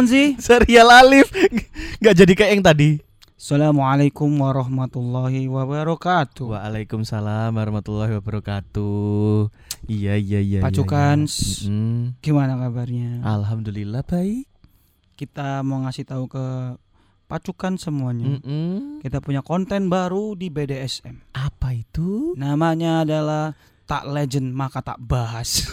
naon sih? Serial Alif. Enggak jadi kayak yang tadi. Assalamualaikum warahmatullahi wabarakatuh. Waalaikumsalam warahmatullahi wabarakatuh. Iya. Pacukan, Iya. gimana kabarnya? Alhamdulillah baik. Kita mau ngasih tahu ke Pacukan semuanya. Kita punya konten baru di BDSM. Apa itu? Namanya adalah tak legend maka tak bahas.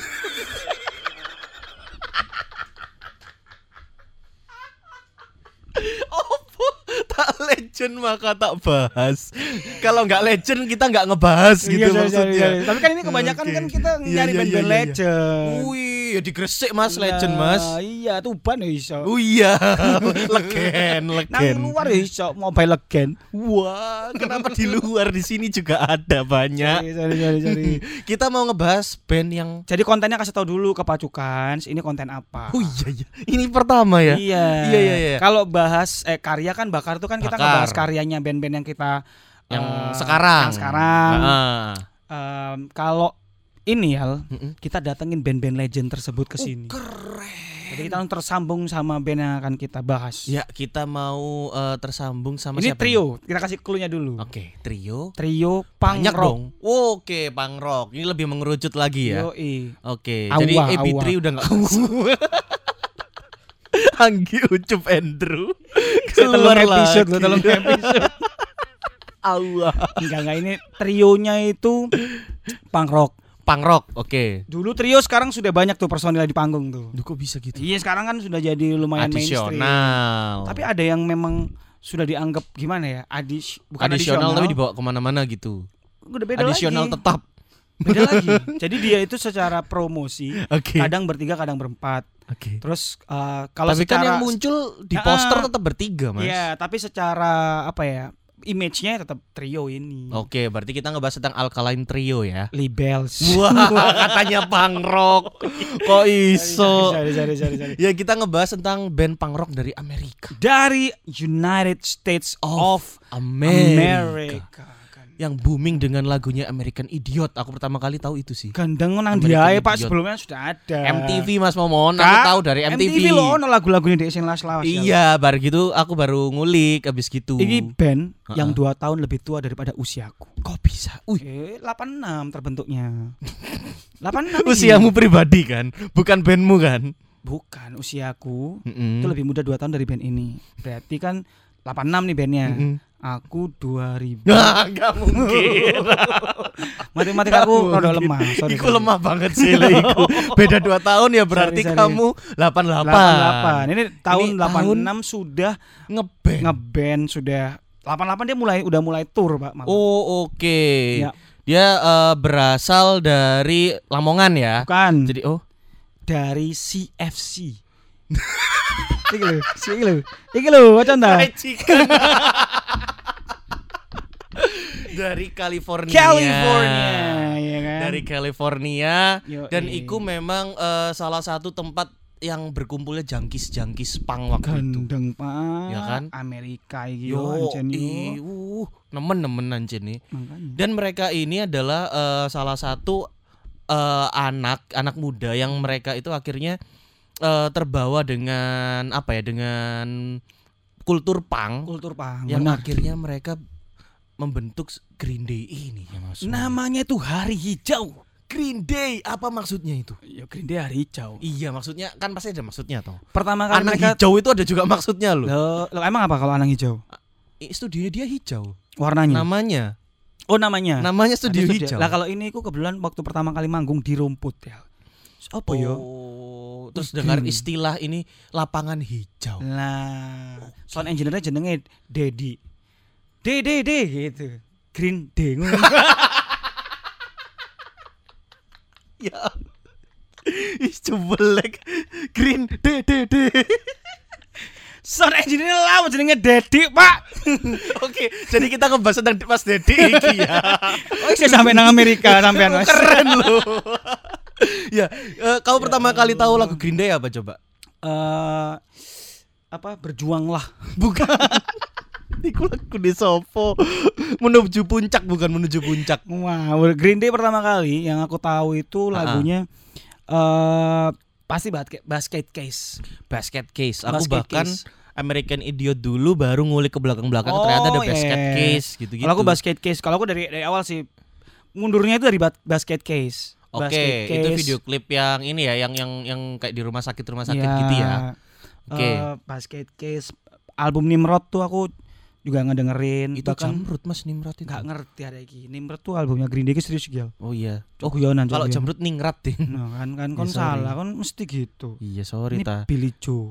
Tak legend maka tak bahas. Kalau nggak legend kita nggak ngebahas gitu maksudnya. Tapi kan ini kebanyakan kan kita nyari band-band legend. Wih, ya digresik Mas legend Mas. Iya, Tuban ya iso. Oh iya, legend. Nang luar ya iso Mobile Legend. Wah, kenapa di luar di sini juga ada banyak. Sorry. Kita mau ngebahas band yang Jadi kontennya kasih tahu dulu ke Pacukan, ini konten apa. Oh iya. Ini pertama ya. Iya. Kalau bahas karya kan Bakar tuh kan kita Bakar. ngebahas karyanya band-band yang kita sekarang. Kalau ini kita datengin band-band legend tersebut ke sini. Keren. Jadi kita langsung tersambung sama band yang akan kita bahas. Ya, kita mau tersambung sama Ini siapa? trio, kita kasih clue-nya dulu. Oke, trio. Trio punk Banyak rock. dong. Oke, punk rock. Ini lebih mengerucut lagi ya. Yoi. Oke, Awa, jadi AB3 awa. udah enggak Anggi Ucup Andrew Telung keluar episode lagi. loh, telung episode. Awa. Enggak ini trionya itu punk rock. Punk rock, oke. Dulu trio, sekarang sudah banyak tuh personil di panggung tuh. Duh, kok bisa gitu? Iya, sekarang kan sudah jadi lumayan mainstream. Adisional. Tapi ada yang memang sudah dianggap gimana ya? Bukan adisional tapi dibawa kemana-mana gitu. Udah beda Adisional lagi. tetap. Beda lagi. Jadi dia itu secara promosi Oke. kadang bertiga, kadang berempat. Oke. Terus kalau Tapi secara kan yang muncul di poster tetap bertiga, Mas. Iya, tapi secara apa ya? Image-nya tetap trio ini. Oke, berarti kita ngebahas tentang Alkaline Trio ya. Libels. Wah, katanya punk rock. Kok iso? Sorry. Ya, kita ngebahas tentang band punk rock dari Amerika. Dari United States of America. Yang booming dengan lagunya American Idiot. Aku pertama kali tahu itu sih. Gandeng nang American dia Pak, Idiot. sebelumnya sudah ada. MTV Mas Momon, aku tahu dari MTV. MTV loh, ono lagu-lagunya di Asian Lawas. Iya, baru gitu aku baru ngulik abis gitu. Ini band yang 2 tahun lebih tua daripada usiaku. Kok bisa? 86 terbentuknya. 86. Usiamu pribadi kan, bukan bandmu kan? Bukan, usiaku itu lebih muda 2 tahun dari band ini. Berarti kan 86 nih bandnya. Aku 2000. Nggak mungkin. Matematika aku rada lemah. Sorry. Iku lemah banget sih lah iku. Beda 2 tahun ya berarti Sorry. kamu 88. 88. Ini tahun Ini 86 sudah ngeband. sudah 88 dia udah mulai tour, Pak. Malah. Oh, oke. Ya. Dia berasal dari Lamongan ya. Bukan. Jadi Dari CFC. Iki lho, wacan ta? Dari California, ya kan. Dari California. Yoi. Dan iku memang salah satu tempat yang berkumpulnya jangkis punk waktu itu. Gandeng, Pak. Ya kan? Amerika iki Yo, ancen yo. nemen anjir nih. Makanya. Dan mereka ini adalah salah satu anak muda yang mereka itu akhirnya terbawa dengan apa ya, dengan kultur punk yang benar. akhirnya mereka membentuk Green Day ini ya Mas. Namanya itu Hari Hijau. Green Day, apa maksudnya itu? Ya Green Day Hari Hijau. Iya, maksudnya kan pasti ada maksudnya toh. Pertama kali Anak mereka hijau itu ada juga maksudnya loh. Loh, emang apa kalau anak hijau? Studionya dia hijau. Warnanya. Namanya Studio Ada Hijau. Lah kalau ini aku kebetulan waktu pertama kali manggung di Rumput ya. Apa yo? Terus dengar istilah ini lapangan hijau. Nah, sound engineer-nya jenenge Dedi. D gitu. Green Day. Ya. Cebelek Green D. Sound engineer lah jenenge Dedi, Pak. Oke, jadi kita ngebahas tentang Mas Dedi iki ya. Oh, saya sampai nang Amerika sampean, Mas. Keren loh. Ya, kau pertama kali tahu lagu Green Day apa coba? Berjuanglah. Bukan. Iku lagu di sopo. Menuju puncak, bukan menuju puncak. Wah, Green Day pertama kali yang aku tahu itu lagunya Pasti Basket Case. Aku bahkan American Idiot dulu baru ngulik ke belakang-belakang ternyata ada Basket Case gitu-gitu. Kalau aku Basket Case, kalau aku dari awal sih mundurnya itu dari Basket Case. Oke, itu video klip yang ini ya, yang kayak di rumah sakit gitu ya. Oke. Basket Case, album Nimrod tuh aku juga ngedengerin. Itu Jamrud Mas, Nimrod itu. Gak ngerti ada iki. Nimrod tuh albumnya Green Day serius Gil. Oh iya. Kalau Jamrud Ningrat deh. Nah, kan kon salah, kon mesti gitu. Iya, sorry ta. Billy Joe.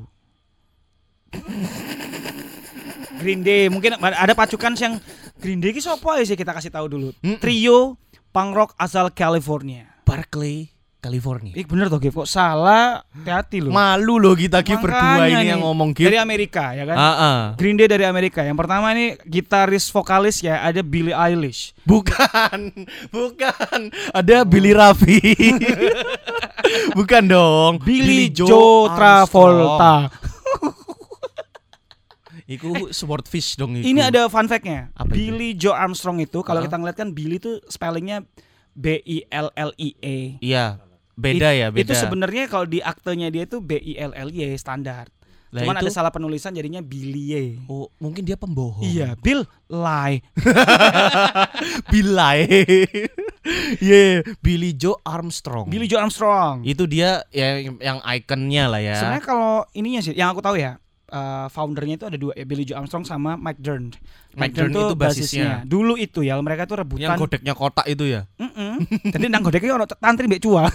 Green Day, mungkin ada pacukan yang Green Day ki sapa sih kita kasih tahu dulu. Trio punk rock asal California. Berkeley, California. Bener toh, kok salah, hati-hati loh. Malu loh kita berdua ini yang ngomong gitu. Dari Amerika ya kan? Green Day dari Amerika. Yang pertama ini gitaris vokalis ya, ada Billie Eilish. Bukan. Ada Billy Raffi. Bukan dong. Billy Joe Travolta. Iku Swordfish dong itu. Ini ada fun fact-nya. Billy Joe Armstrong itu kalau kita ngeliat kan Billy itu spellingnya Billie. Iya, beda. Itu sebenarnya kalau di aktenya dia itu Billie standar. Cuman ada salah penulisan jadinya Billie. Oh, mungkin dia pembohong. Iya, Bill Lie. Billy Joe Armstrong. Itu dia yang ikonnya lah ya. Sebenarnya kalau ininya sih yang aku tahu ya, foundernya itu ada dua ya, Billy Joe Armstrong sama Mike Dirnt. Mike Dirnt itu basisnya. Dulu itu ya mereka tuh rebutan. Yang godeknya kotak itu ya. Jadi nang godeknya ono tantri mbek cua.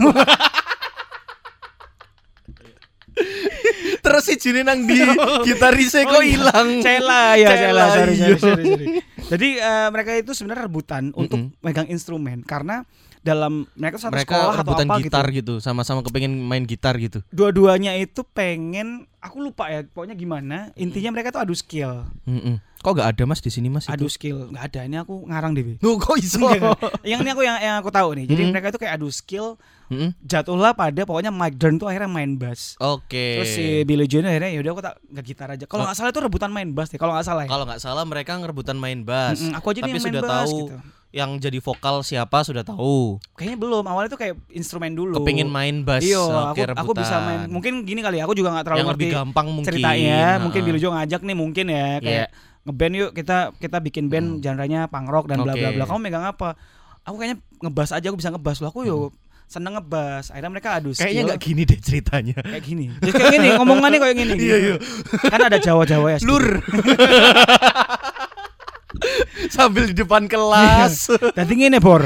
Terus si Jini nang di gitarisnya kok hilang. Cela. Sorry. Jadi mereka itu sebenarnya rebutan untuk megang instrumen karena dalam mereka satu sekolah atau apa gitar gitu. Sama-sama kepengen main gitar gitu. Dua-duanya itu pengen, aku lupa ya, pokoknya gimana. Intinya mereka tuh adu skill. Kok gak ada Mas di sini Mas? Adu skill nggak ada. Ini aku ngarang deh. Kok iso? Yang ini aku yang aku tahu nih. Jadi mereka itu kayak adu skill. Jatuhlah pada pokoknya Mike Dirnt tuh akhirnya main bass. Oke. Terus si Billy Joe akhirnya yaudah aku nggak gitar aja. Kalau nggak salah itu rebutan main bass deh. Kalau nggak salah. Kalau nggak salah mereka ngerebutan main bass. Aku aja tapi yang sudah main bass, tahu gitu. Yang jadi vokal siapa sudah tahu. Kayaknya belum. Awalnya tuh kayak instrumen dulu. Kepingin main bass. Iya, aku bisa main. Mungkin gini kali ya. Aku juga nggak terlalu yang ngerti lebih gampang mungkin ceritanya. Mungkin Billy Joe ngajak nih mungkin ya kayak ngeband yuk kita bikin band genre-nya punk rock dan bla bla bla. Kamu megang apa? Aku kayaknya ngebass aja, aku bisa ngebass loh. Aku yo seneng ngebass. Akhirnya mereka adu skill. Kayaknya nggak gini deh ceritanya. Kayak gini. Jadi kayak gini ngomongannya kayak gini. Iya. Kan ada Jawa-Jawa ya. Lur. Sambil di depan kelas. Tadi ngene Bor.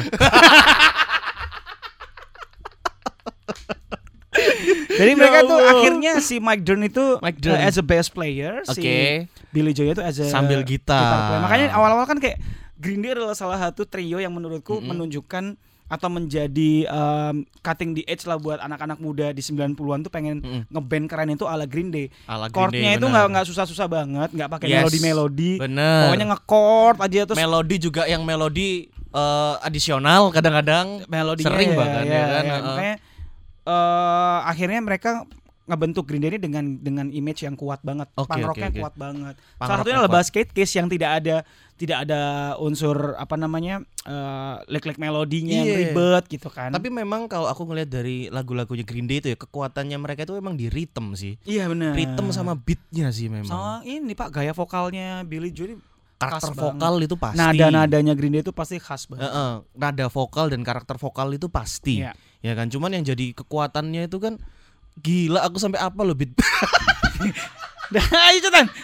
Jadi mereka tuh akhirnya si Mike Dirnt itu as a bass player, si Billy Joe itu as a sambil gitar player. Makanya awal-awal kan kayak Green Day adalah salah satu trio yang menurutku menunjukkan atau menjadi cutting the edge lah buat anak-anak muda di 90-an tuh pengen ngeband keren itu ala Green Day. Chordnya itu nggak susah-susah banget, nggak pakai melodi-melodi. Pokoknya nge-chord aja terus. Melodi juga yang melodi adisional kadang-kadang melodinya sering banget ya kan. Makanya akhirnya mereka ngebentuk Green Day ini dengan image yang kuat banget, punk rocknya kuat banget. Salah satunya adalah Basket Case yang tidak ada unsur apa namanya lick melodinya yang ribet gitu kan. Tapi memang kalau aku ngelihat dari lagu-lagunya Green Day itu ya kekuatannya mereka itu memang di rhythm sih. Iya benar. Rhythm sama beatnya sih memang. Sama ini Pak gaya vokalnya Billy Joe ini karakter vokal itu pasti. Nada-nadanya Green Day itu pasti khas banget. Nada vokal dan karakter vokal itu pasti. Ya kan, cuman yang jadi kekuatannya itu kan gila, aku sampai apa loh beat. Ayo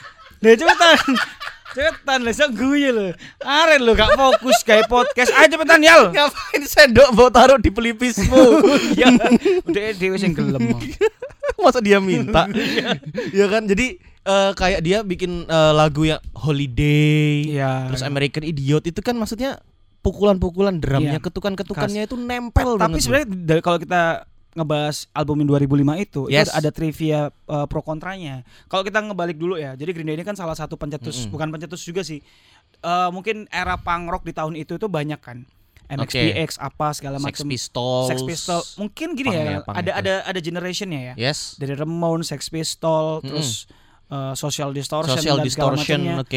cepetan lah sok gue lo. Aren lo gak fokus kayak podcast. Ayo cepetan Yal. Ngapain sendok bawa taruh di pelipismu? Ya udah dhewe sing gelem. Masa dia minta? Ya kan, jadi kayak dia bikin lagu yang Holiday, terus American Idiot itu kan maksudnya pukulan-pukulan drumnya, ketukan-ketukannya itu nempel. Tapi sebenarnya kalau kita ngebahas album 2005 itu ada trivia pro kontranya. Kalau kita ngebalik dulu ya, jadi Green Day ini kan salah satu pencetus, bukan pencetus juga sih. Mungkin era punk rock di tahun itu banyak kan. MXPX apa segala macam. Sex Pistols. Mungkin gini ya, ada generationnya ya. Dari Ramones, Sex Pistols, terus Social Distortion dan segala macamnya.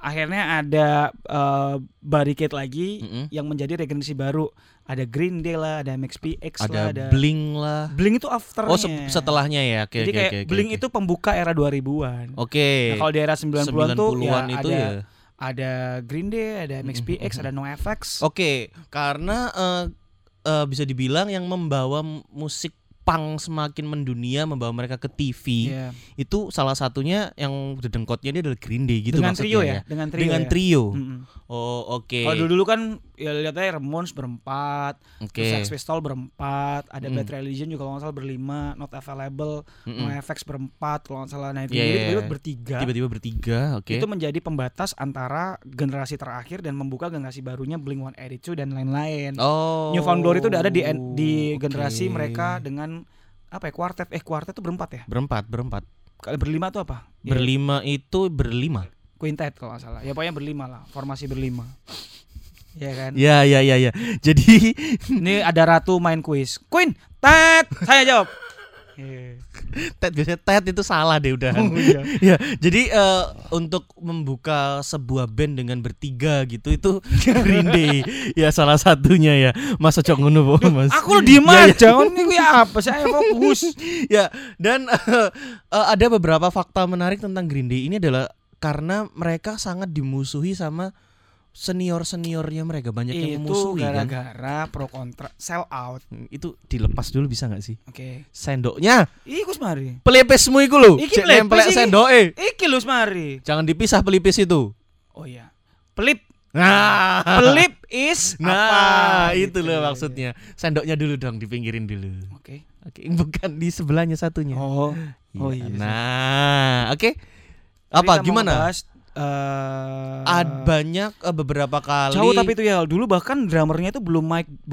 akhirnya ada Barricade lagi yang menjadi regenerasi baru. Ada Green Day lah, ada MXPX lah, ada Blink lah. Blink itu afternya. Oh, setelahnya ya. Jadi kayak Blink itu pembuka era 2000-an. Oke. Nah, kalau di era 90-an tuh ya itu ada Green Day, ada MXPX, ada NoFX. Oke, karena bisa dibilang yang membawa musik punk semakin mendunia, membawa mereka ke TV. Itu salah satunya yang dedengkotnya dia adalah Green Day gitu dengan maksudnya trio ya. Dengan trio. Oh, oke. Kalau dulu kan ya lihat aja Ramones berempat, Sex Pistols berempat, ada Bad Religion juga kalau nggak salah berlima, Not Available, NoFX berempat kalau nggak salah. Nah itu tiba-tiba bertiga. Oke. Itu menjadi pembatas antara generasi terakhir dan membuka generasi barunya Blink-182 dan lain-lain. New Found Glory itu udah ada di generasi mereka dengan apa ya, kuartet itu berempat ya? Berempat. Kalau berlima itu apa? Berlima. Quintet kalau nggak salah. Ya pokoknya berlima lah, formasi berlima. Ya kan? Ya. Jadi ini ada Ratu main kuis. Queen, Tet, saya jawab. Biasanya Ted itu salah deh udah. Ya, jadi untuk membuka sebuah band dengan bertiga gitu itu Green Day ya salah satunya ya. Mas cocok ngono Mas. Aku diem aja. Ini apa? Saya fokus. Ya, dan ada beberapa fakta menarik tentang Green Day ini adalah karena mereka sangat dimusuhi sama senior-seniornya mereka, banyak yang memusuhi kan. Itu gara-gara pro kontra sell out. Itu dilepas dulu bisa gak sih? Oke. Sendoknya. Iku semari. Pelipesmu iku lho. Iki nempel sendoke. Iki lho semari. Jangan dipisah pelipis itu. Oh iya. Pelip. Nah, pelip is apa? Itu loh maksudnya. Sendoknya dulu dong, dipinggirin dulu. Oke. Bukan di sebelahnya satunya. Oh iya. Nah, oke. Apa gimana? Banyak beberapa kali. Jauh tapi itu ya dulu bahkan drummernya itu belum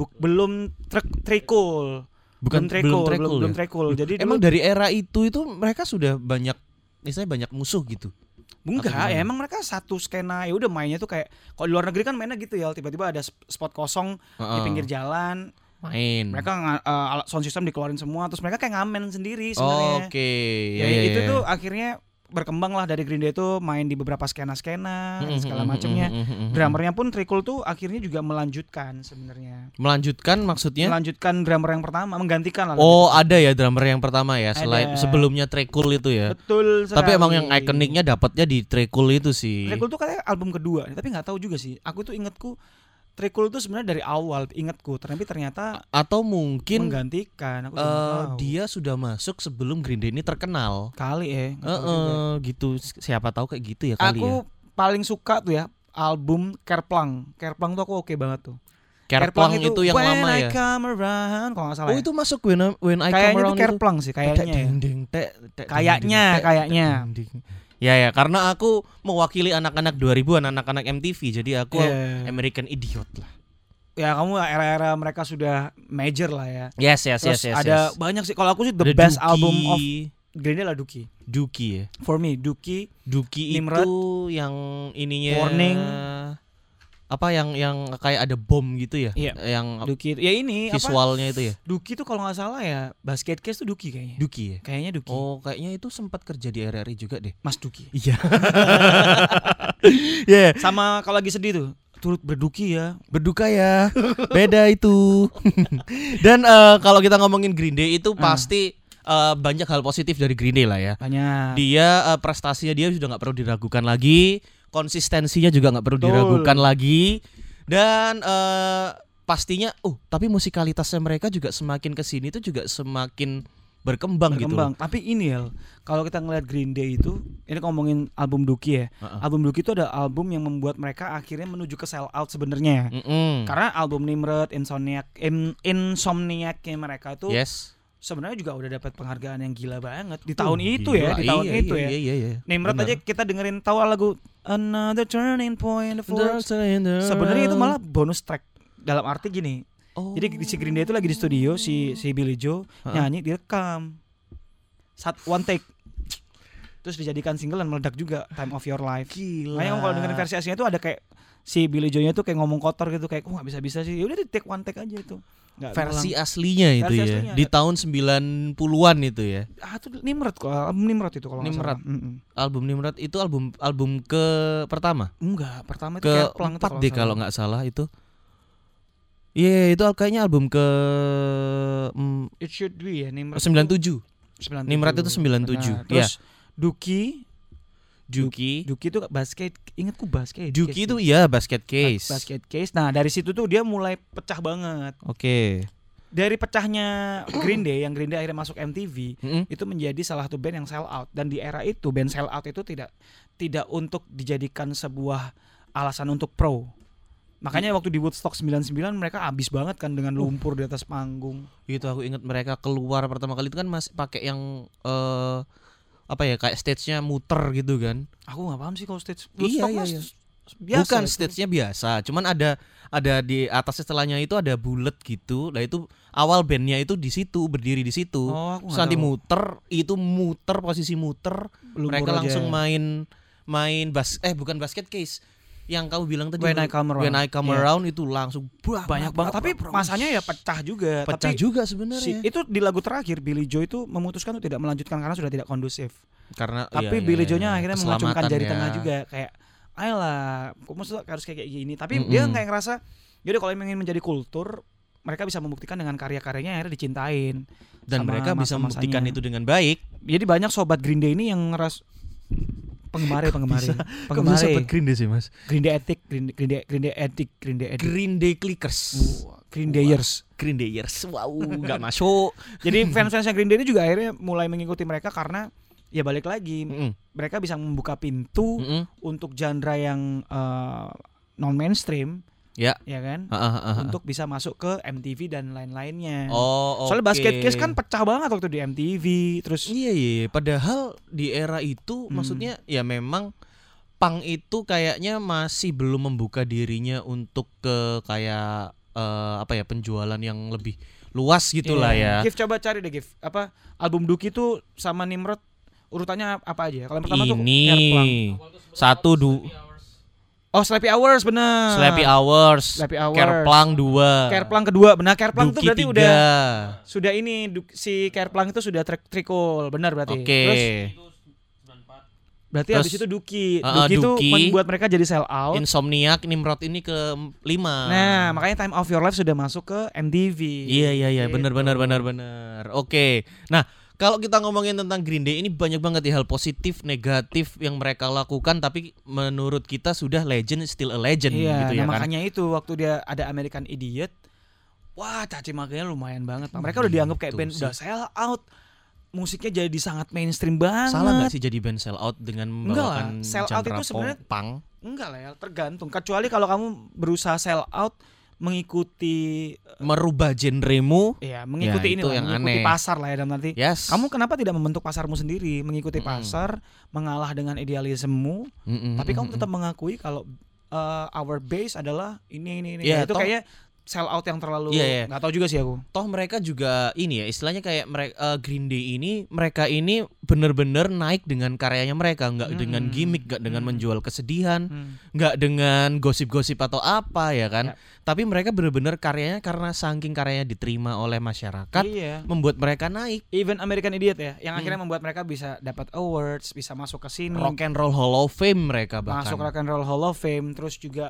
trekul. Belum trekul. Jadi emang dari era itu mereka sudah banyak musuh gitu. Enggak, ya emang mereka satu skena ya udah mainnya tuh kayak kalau di luar negeri kan mainnya gitu ya, tiba-tiba ada spot kosong di pinggir jalan. Main. Mereka sound system dikeluarin semua, terus mereka kayak ngamen sendiri sebenarnya. Oke. Ya, itu tuh akhirnya berkembang lah dari Green Day itu main di beberapa skena-skena segala macamnya. Drummernya pun Trikul tuh akhirnya juga melanjutkan sebenarnya. Melanjutkan maksudnya? Melanjutkan drummer yang pertama, menggantikan lah. Oh, ada ya drummer yang pertama ya, selain sebelumnya Trikul itu ya. Betul sekali. Tapi emang yang ikoniknya dapatnya di Trikul itu sih. Trikul tuh katanya album kedua, tapi nggak tahu juga sih. Aku tuh ingatku Trikul itu sebenarnya dari awal ingatku, tapi ternyata atau mungkin menggantikan. Aku dia sudah masuk sebelum Green Day ini terkenal. Kali ya. Gitu. Siapa tahu kayak gitu ya kali ya. Aku paling suka tuh ya album Kerplang. Kerplang tuh aku oke banget tuh. Kerplang itu yang lama ya. Around, kalau nggak salah. Oh, itu masuk When I Come Around. Kayaknya itu Kerplang sih kayaknya. Kayaknya. Ya, karena aku mewakili anak-anak 2000-an, anak-anak MTV, jadi aku American Idiot lah. Ya, kamu era-era mereka sudah major lah ya. Yes. Ada banyak sih. Kalau aku sih the best album of Green Day lah Dookie ya. For me Dookie Nimrod itu yang ininya Warning. Apa yang kayak ada bom gitu ya? Iya. Yang Dookie ya ini visualnya itu ya. Dookie tuh kalau nggak salah ya Basket Case tuh Dookie kayaknya. Dookie ya? Kayaknya Dookie. Oh, kayaknya itu sempat kerja di RRI juga deh. Mas Dookie. Iya. Yeah. Sama kalau lagi sedih tuh turut berduka ya. Beda itu. Dan kalau kita ngomongin Green Day itu pasti banyak hal positif dari Green Day lah ya. Banyak. Dia prestasinya dia sudah nggak perlu diragukan lagi. Konsistensinya juga nggak perlu diragukan lagi, dan pastinya tapi musikalitasnya mereka juga semakin kesini tuh juga semakin berkembang gitu. Tapi ini ya, kalau kita ngeliat Green Day itu, ini ngomongin album Dookie ya. Album Dookie itu ada album yang membuat mereka akhirnya menuju ke sell out sebenarnya. Karena album Nimrod, Insomniac mereka itu sebenarnya juga udah dapat penghargaan yang gila banget di tahun itu ya, di tahun itu ya. Nimrod aja kita dengerin tahu lagu Another Turning Point. Sebenarnya itu malah bonus track, dalam arti gini. Jadi si Green Day itu lagi di studio, si Billy Joe nyanyi direkam. One take. terus dijadikan single dan meledak juga, Time of Your Life. Gila. Makanya kalau dengerin versi aslinya itu ada kayak si Billy Joe-nya tuh kayak ngomong kotor gitu, kayak nggak bisa sih. Ya udah di take one take aja itu. Nggak versi ngulang. aslinya itu Versi ya. aslinya. Di tahun 90-an itu ya. Itu Nimrod kok, album Nimrod itu kalau nggak Nimrod. salah. Album Nimrod itu album ke pertama. Enggak, pertama itu Ke Kerplang itu 4 deh kalau nggak salah itu. Iya, itu kayaknya album ke It Should Be ya, Nimrod. 97. 97. Nimrod itu 97. Benar. Terus Duki itu basket, ingatku basket. Juki itu iya Basket Case. Basket Case. Nah, dari situ tuh dia mulai pecah banget. Oke. Dari pecahnya Green Day yang Green Day akhirnya masuk MTV, itu menjadi salah satu band yang sell out, dan di era itu band sell out itu tidak untuk dijadikan sebuah alasan untuk pro. Makanya waktu di Woodstock 99 mereka abis banget kan dengan lumpur di atas panggung. Itu aku ingat mereka keluar pertama kali itu kan masih pakai yang apa ya, kayak stage-nya muter gitu kan. Aku nggak paham sih kalau stage. Iya. Biasa bukan itu. stage-nya biasa, cuman ada di atas setelahnya itu ada bulat gitu. Nah itu awal bandnya itu di situ, berdiri di situ. Terus nanti muter posisi muter. Lumpur mereka aja. langsung main bukan Basket Case. Yang kamu bilang tadi When I Come Around itu langsung banyak banget. Tapi masanya ya pecah juga. Pecah juga sebenarnya. Itu di lagu terakhir Billy Joe itu memutuskan untuk tidak melanjutkan karena sudah tidak kondusif. Tapi Billy Joe-nya akhirnya mengacungkan jari ya. tengah juga, kayak ayolah, kok maksudnya harus kayak gini. Tapi dia kayak ngerasa yaudah kalau ingin menjadi kultur, mereka bisa membuktikan dengan karya-karyanya akhirnya dicintain. Dan mereka bisa membuktikan itu dengan baik. Jadi banyak sobat Green Day ini yang ngeras penggemar sobat Green Day sih mas. Green Day Clickers. Green Dayers. Wow, nggak masuk. Jadi fans-fansnya Green Day ini juga akhirnya mulai mengikuti mereka karena ya balik lagi mereka bisa membuka pintu untuk genre yang non mainstream. Ya kan, untuk bisa masuk ke MTV dan lain-lainnya. Soalnya Basket Case kan pecah banget waktu di MTV. Terus iya. Padahal di era itu maksudnya ya memang punk itu kayaknya masih belum membuka dirinya untuk ke kayak penjualan yang lebih luas gitulah ya. Gif, coba cari deh Gif. Album Duki tuh sama Nimrod urutannya apa aja? Kalau yang pertama tuh Kerplang. Sleepy Hours benar. Sleepy Hours. Kerplang 2. Kerplang kedua benar. Kerplang itu berarti 3. sudah ini si Kerplang itu sudah trikol benar berarti. Terus berarti habis itu Duki itu membuat mereka jadi sell out. Insomniac, Nimrod ini ke-5. Nah, makanya Time of Your Life sudah masuk ke MTV. Iya, benar. Oke. Nah, kalau kita ngomongin tentang Green Day ini banyak banget ya hal positif, negatif yang mereka lakukan, tapi menurut kita sudah legend still a legend gitu ya kan. Makanya itu waktu dia ada American Idiot, wah caci makinya lumayan banget. Mereka udah dianggap kayak band udah sell out. Musiknya jadi sangat mainstream banget. Salah gak sih jadi band sell out dengan membawakan sell out itu sebenarnya punk? Enggak lah ya, tergantung. Kecuali kalau kamu berusaha sell out mengikuti merubah genremu, mengikuti ya, mengikuti aneh. Pasar lah ya, dan nanti kamu kenapa tidak membentuk pasarmu sendiri, mengikuti pasar, mengalah dengan idealismemu, tapi kamu tetap mengakui kalau our base adalah ini. Ya, itu kayaknya sell out yang terlalu nggak tahu juga sih aku. Toh mereka juga ini ya istilahnya kayak mereka Green Day ini mereka ini benar-benar naik dengan karyanya mereka, nggak dengan gimmick, nggak dengan menjual kesedihan, nggak dengan gosip-gosip atau apa ya kan. Tapi mereka benar-benar karyanya karena saking karyanya diterima oleh masyarakat, membuat mereka naik. Even American Idiot ya, yang akhirnya membuat mereka bisa dapat awards, bisa masuk ke sini. Rock and Roll Hall of Fame mereka bahkan. Masuk Rock and Roll Hall of Fame, terus juga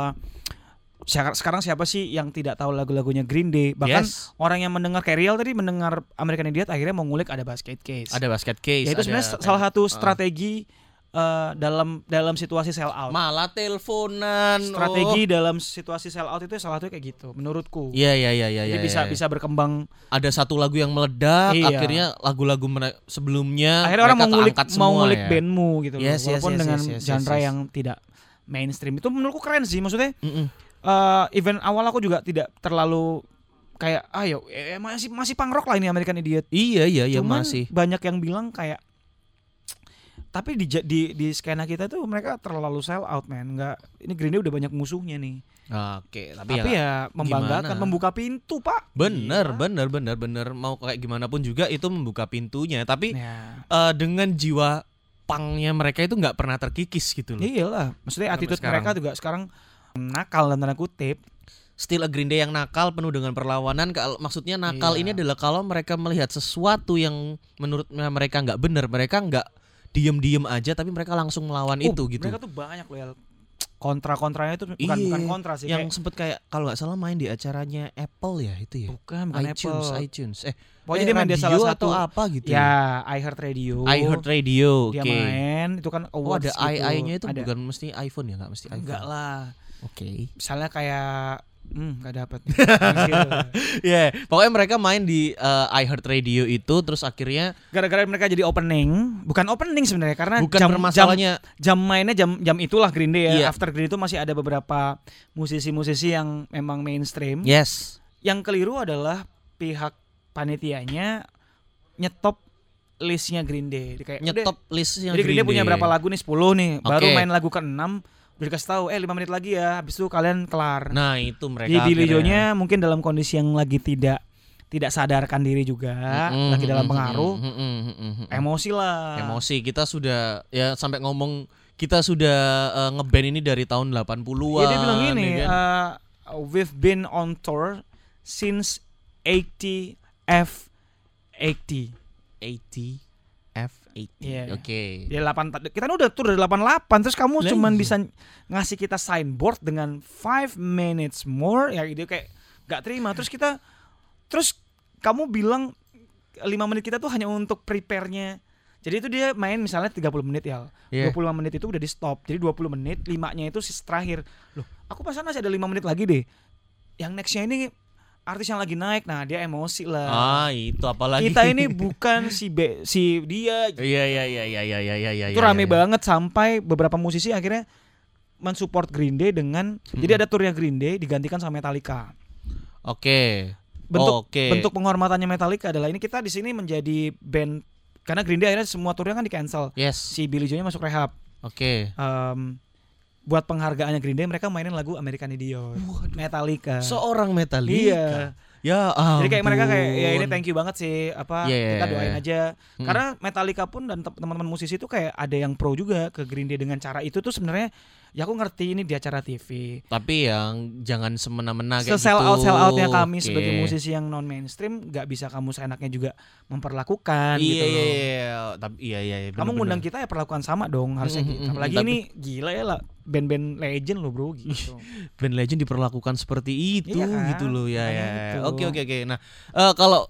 sekarang siapa sih yang tidak tahu lagu-lagunya Green Day? Bahkan orang yang mendengar kayak Real tadi mendengar American Idiot akhirnya mau ngulik ada Basket Case. Ada Basket Case. Ya itu sebenarnya salah satu strategi dalam situasi sell out. Malah teleponan. Strategi dalam situasi sell out itu salah satu kayak gitu menurutku. Iya. Jadi bisa berkembang. Ada satu lagu yang meledak, akhirnya lagu-lagu sebelumnya akhirnya orang mau ngulik ya. bandmu gitu loh. Walaupun dengan genre yang tidak mainstream. Itu menurutku keren sih, maksudnya. Event awal aku juga tidak terlalu kayak masih punk rock lah ini American Idiot. Iya cuman masih. Banyak yang bilang kayak tapi di skena kita tuh mereka terlalu sell out man. Enggak, ini Green Day udah banyak musuhnya nih. Oke, tapi ya membanggakan, gimana? Membuka pintu, Pak. Bener. Mau kayak gimana pun juga itu membuka pintunya. Tapi dengan jiwa punknya mereka itu nggak pernah terkikis gitu loh. Iyalah, maksudnya attitude mereka juga sekarang nakal dan tanda kutip. Still a Green Day yang nakal, penuh dengan perlawanan. Maksudnya nakal ini adalah kalau mereka melihat sesuatu yang menurut mereka nggak benar, mereka nggak diem aja, tapi mereka langsung melawan itu gitu. Mereka tuh banyak loh ya. Kontra-kontranya itu bukan kontra sih. Yang sempet kayak kalau nggak salah main di acaranya Apple ya itu ya. Bukan iTunes. Pokoknya dia main di salah satu atau apa gitu. Ya, iHeartRadio. iHeartRadio. Dia main itu kan awards ada gitu. I-nya itu ada. Bukan mesti iPhone ya, nggak mesti iPhone. Enggak lah. Oke. Misalnya kayak gak dapat. Ya, pokoknya mereka main di iHeartRadio itu, terus akhirnya gara-gara mereka jadi opening, bukan opening sebenarnya karena bukan jam mainnya jam itulah Green Day ya. Yeah. After Green Day itu masih ada beberapa musisi-musisi yang memang mainstream. Yes. Yang keliru adalah pihak panitianya nyetop listnya Green Day. Kayak nyetop listnya Green Day. Jadi Green Day punya berapa lagu nih? 10 nih. Baru main lagu ke-6. Udah dikasih tahu 5 menit lagi ya, habis itu kalian kelar. Nah, itu mereka. Jadi Billie Joe-nya mungkin dalam kondisi yang lagi tidak sadarkan diri juga, lagi dalam pengaruh. Emosi lah. Emosi. Kita sudah ya sampai ngomong kita sudah ngeband ini dari tahun 80-an. Ya, dia bilang gini, we've been on tour since 80 F80. Yeah. Oke. Dia 8 kita udah tur dari 88 terus kamu cuman bisa ngasih kita signboard dengan 5 minutes more ya dia kayak enggak terima. Terus kamu bilang 5 menit kita tuh hanya untuk prepare-nya. Jadi itu dia main misalnya 30 menit ya. 25 menit itu udah di stop. Jadi 20 menit 5-nya itu sisa terakhir. Loh, aku pasang masih ada 5 menit lagi deh. Yang next-nya ini artis yang lagi naik, nah dia emosi lah. Itu apalagi kita ini bukan si dia. Iya. Itu rame banget sampai beberapa musisi akhirnya mensupport Green Day dengan jadi ada turnya Green Day digantikan sama Metallica. Oke. Bentuk penghormatannya Metallica adalah ini kita di sini menjadi band karena Green Day akhirnya semua turnya kan di cancel. Yes. Si Billie Joe-nya masuk rehab. Oke. Buat penghargaannya Green Day mereka mainin lagu American Idiot. Metallica. Seorang Metallica. Iya. Ya ampun. Jadi kayak mereka kayak ya ini thank you banget sih kita doain aja. Karena Metallica pun dan teman-teman musisi itu kayak ada yang pro juga ke Green Day dengan cara itu tuh sebenarnya ya aku ngerti ini di acara TV. Tapi yang jangan semena-mena kayak gitu. Sell outnya kami sebagai musisi yang non mainstream nggak bisa kamu seenaknya juga memperlakukan gitu loh. Iya. Kamu ngundang kita ya perlakukan sama dong harusnya gitu. Apalagi ini gila ya lah band-band legend loh bro gitu. Band legend diperlakukan seperti itu gitu loh ya. Oke. Nah, kalau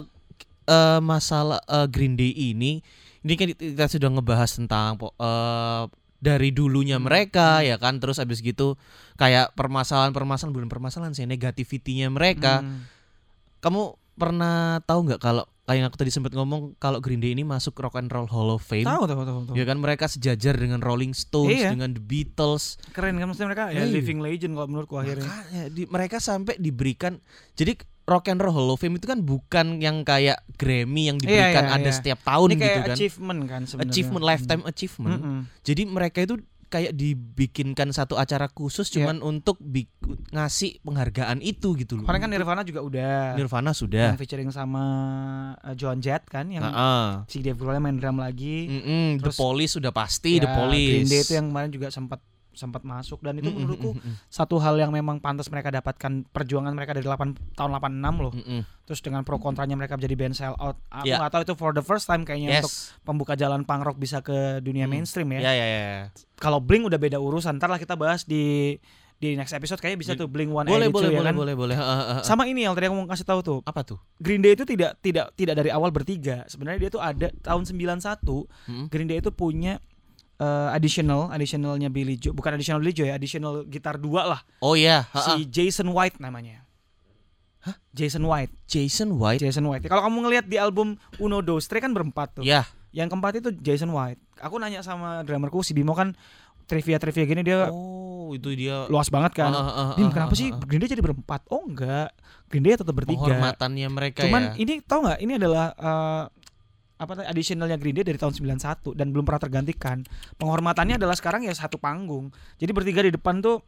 masalah Green Day ini kan kita sudah ngebahas tentang dari dulunya mereka ya kan, terus abis gitu kayak permasalahan sih negativity-nya mereka. Kamu pernah tahu nggak kalau kayak yang aku tadi sempat ngomong kalau Green Day ini masuk Rock and Roll Hall of Fame? Tahu. Ya kan mereka sejajar dengan Rolling Stones, dengan The Beatles. Keren kan maksudnya mereka ya living legend kalau menurutku akhirnya. Mereka sampai diberikan jadi Rock and Roll Hall of Fame itu kan bukan yang kayak Grammy yang diberikan setiap tahun ini gitu kan. Achievement kan sebenarnya. Achievement, lifetime achievement. Jadi mereka itu kayak dibikinkan satu acara khusus cuman untuk ngasih penghargaan itu gitu loh. Karena kan Nirvana juga udah. Nirvana sudah. Yang featuring sama Joan Jett kan yang si Dave Grohl main drum lagi. Terus, The Police sudah pasti The Police. Green Day itu yang kemarin juga sempat masuk dan itu menurutku satu hal yang memang pantas mereka dapatkan perjuangan mereka dari tahun 86 loh. Terus dengan pro kontranya mereka menjadi band sell out. Aku nggak tahu itu for the first time kayaknya untuk pembuka jalan punk rock bisa ke dunia mainstream ya. Kalau Blink udah beda urusan. Ntar lah kita bahas di next episode kayaknya bisa tuh Blink 182 ya kan. Boleh. Sama ini yang tadi aku mau kasih tahu tuh. Apa tuh? Green Day itu tidak dari awal bertiga. Sebenarnya dia tuh ada tahun 91 Green Day itu punya additionalnya Billie Joe, bukan additional Billie Joe ya, additional gitar 2 lah. Oh iya, si Jason White namanya. Jason White. Kalau kamu ngelihat di album Uno Dos Tres kan berempat tuh. Iya. Yang keempat itu Jason White. Aku nanya sama drummerku si Bimo kan trivia gini dia. Oh, itu dia luas banget kan. Bim, kenapa sih Green Day jadi berempat? Oh enggak. Green Day tetap bertiga. Penghormatannya mereka. Cuman ini tahu enggak? Ini adalah additionalnya Green Day dari tahun 91 dan belum pernah tergantikan. Penghormatannya adalah sekarang ya satu panggung. Jadi bertiga di depan tuh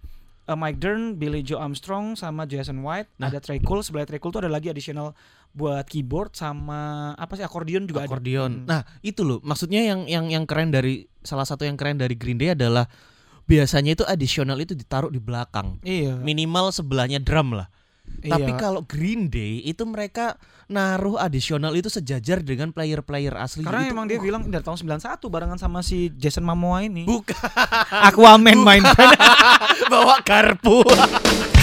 Mike Dirnt, Billy Joe Armstrong sama Jason White. Ada Trey Cool. Sebelah Trey Cool tuh ada lagi additional buat keyboard sama apa sih akordeon juga ada. Nah, itu loh. Maksudnya yang keren dari salah satu yang keren dari Green Day adalah biasanya itu additional itu ditaruh di belakang. Iya. Minimal sebelahnya drum lah. Iya. Tapi kalau Green Day itu mereka naruh additional itu sejajar dengan player-player asli. Karena itu, emang dia bilang dari tahun 91 barengan sama si Jason Momoa ini. Bukan. Aquaman main. Bawa garpu.